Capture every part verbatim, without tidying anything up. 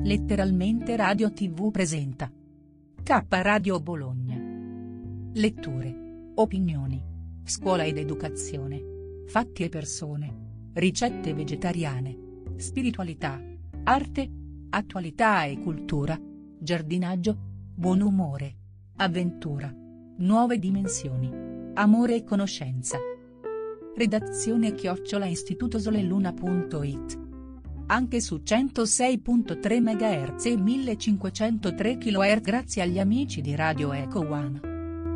Letteralmente Radio tivù presenta K Radio Bologna. Letture, opinioni, scuola ed educazione, fatti e persone, ricette vegetariane, spiritualità, arte, attualità e cultura, giardinaggio, buon umore, avventura, nuove dimensioni, amore e conoscenza. Redazione chiocciola istitutosoleluna punto it. Anche su centosei virgola tre megahertz e millecinquecentotre chilohertz grazie agli amici di Radio Eco One.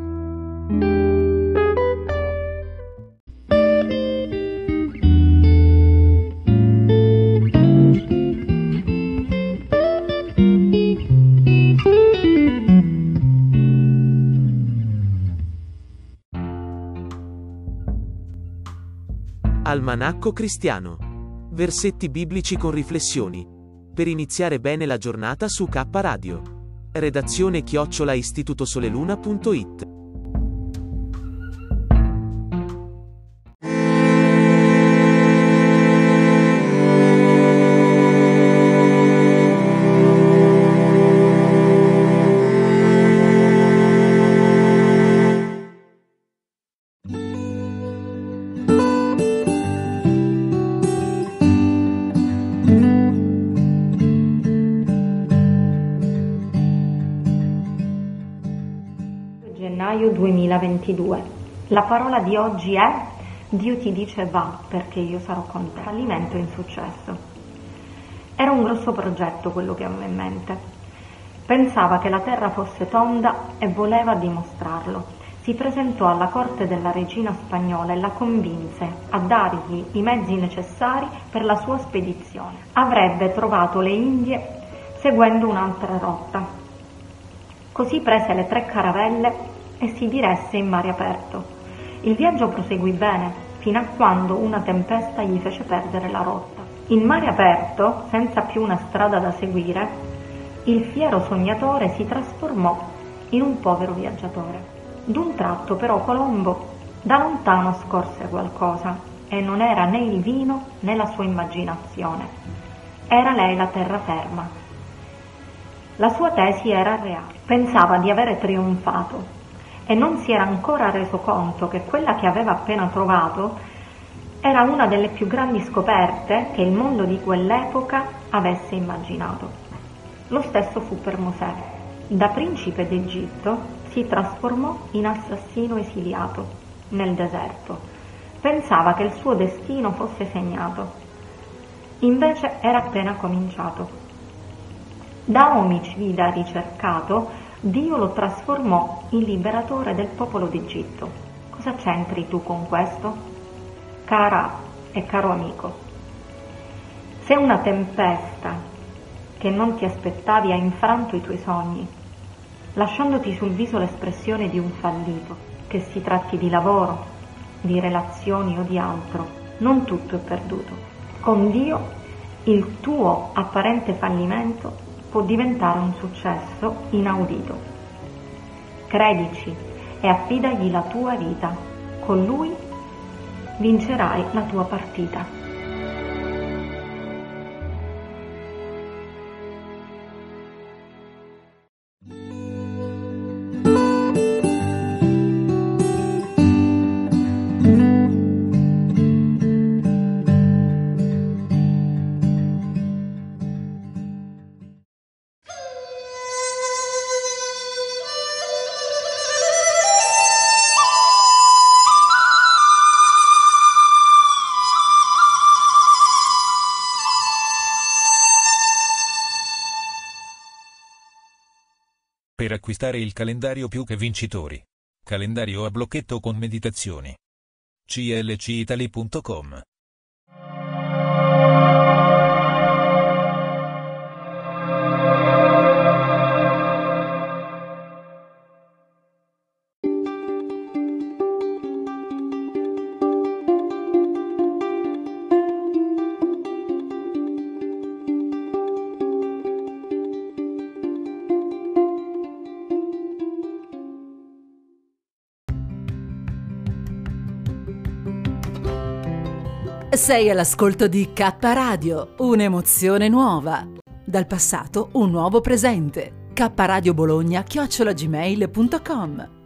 Almanacco cristiano. Versetti biblici con riflessioni. Per iniziare bene la giornata su K Radio. Redazione chiocciola istitutosoleluna punto it. Gennaio duemilaventidue. La parola di oggi è: Dio ti dice va perché io sarò con te. Fallimento e insuccesso. Era un grosso progetto quello che aveva in mente. Pensava che la terra fosse tonda e voleva dimostrarlo. Si presentò alla corte della regina spagnola e la convinse a dargli i mezzi necessari per la sua spedizione. Avrebbe trovato le Indie seguendo un'altra rotta. Così prese le tre caravelle e si diresse in mare aperto. Il viaggio proseguì bene, fino a quando una tempesta gli fece perdere la rotta. In mare aperto, senza più una strada da seguire, il fiero sognatore si trasformò in un povero viaggiatore. D'un tratto però Colombo da lontano scorse qualcosa, e non era né il vino né la sua immaginazione. Era lei la terraferma. La sua tesi era reale. Pensava di avere trionfato e non si era ancora reso conto che quella che aveva appena trovato era una delle più grandi scoperte che il mondo di quell'epoca avesse immaginato. Lo stesso fu per Mosè. Da principe d'Egitto si trasformò in assassino esiliato nel deserto. Pensava che il suo destino fosse segnato. Invece era appena cominciato. Da omicida ricercato, Dio lo trasformò in liberatore del popolo d'Egitto. Cosa c'entri tu con questo? Cara e caro amico, se una tempesta che non ti aspettavi ha infranto i tuoi sogni, lasciandoti sul viso l'espressione di un fallito, che si tratti di lavoro, di relazioni o di altro, non tutto è perduto. Con Dio il tuo apparente fallimento può diventare un successo inaudito. Credici e affidagli la tua vita. Con Lui vincerai la tua partita. Per acquistare il calendario Più che Vincitori. Calendario a blocchetto con meditazioni. c l c italy punto com Sei all'ascolto di K Radio, un'emozione nuova. Dal passato un nuovo presente. K Radio Bologna chiocciola gmail punto com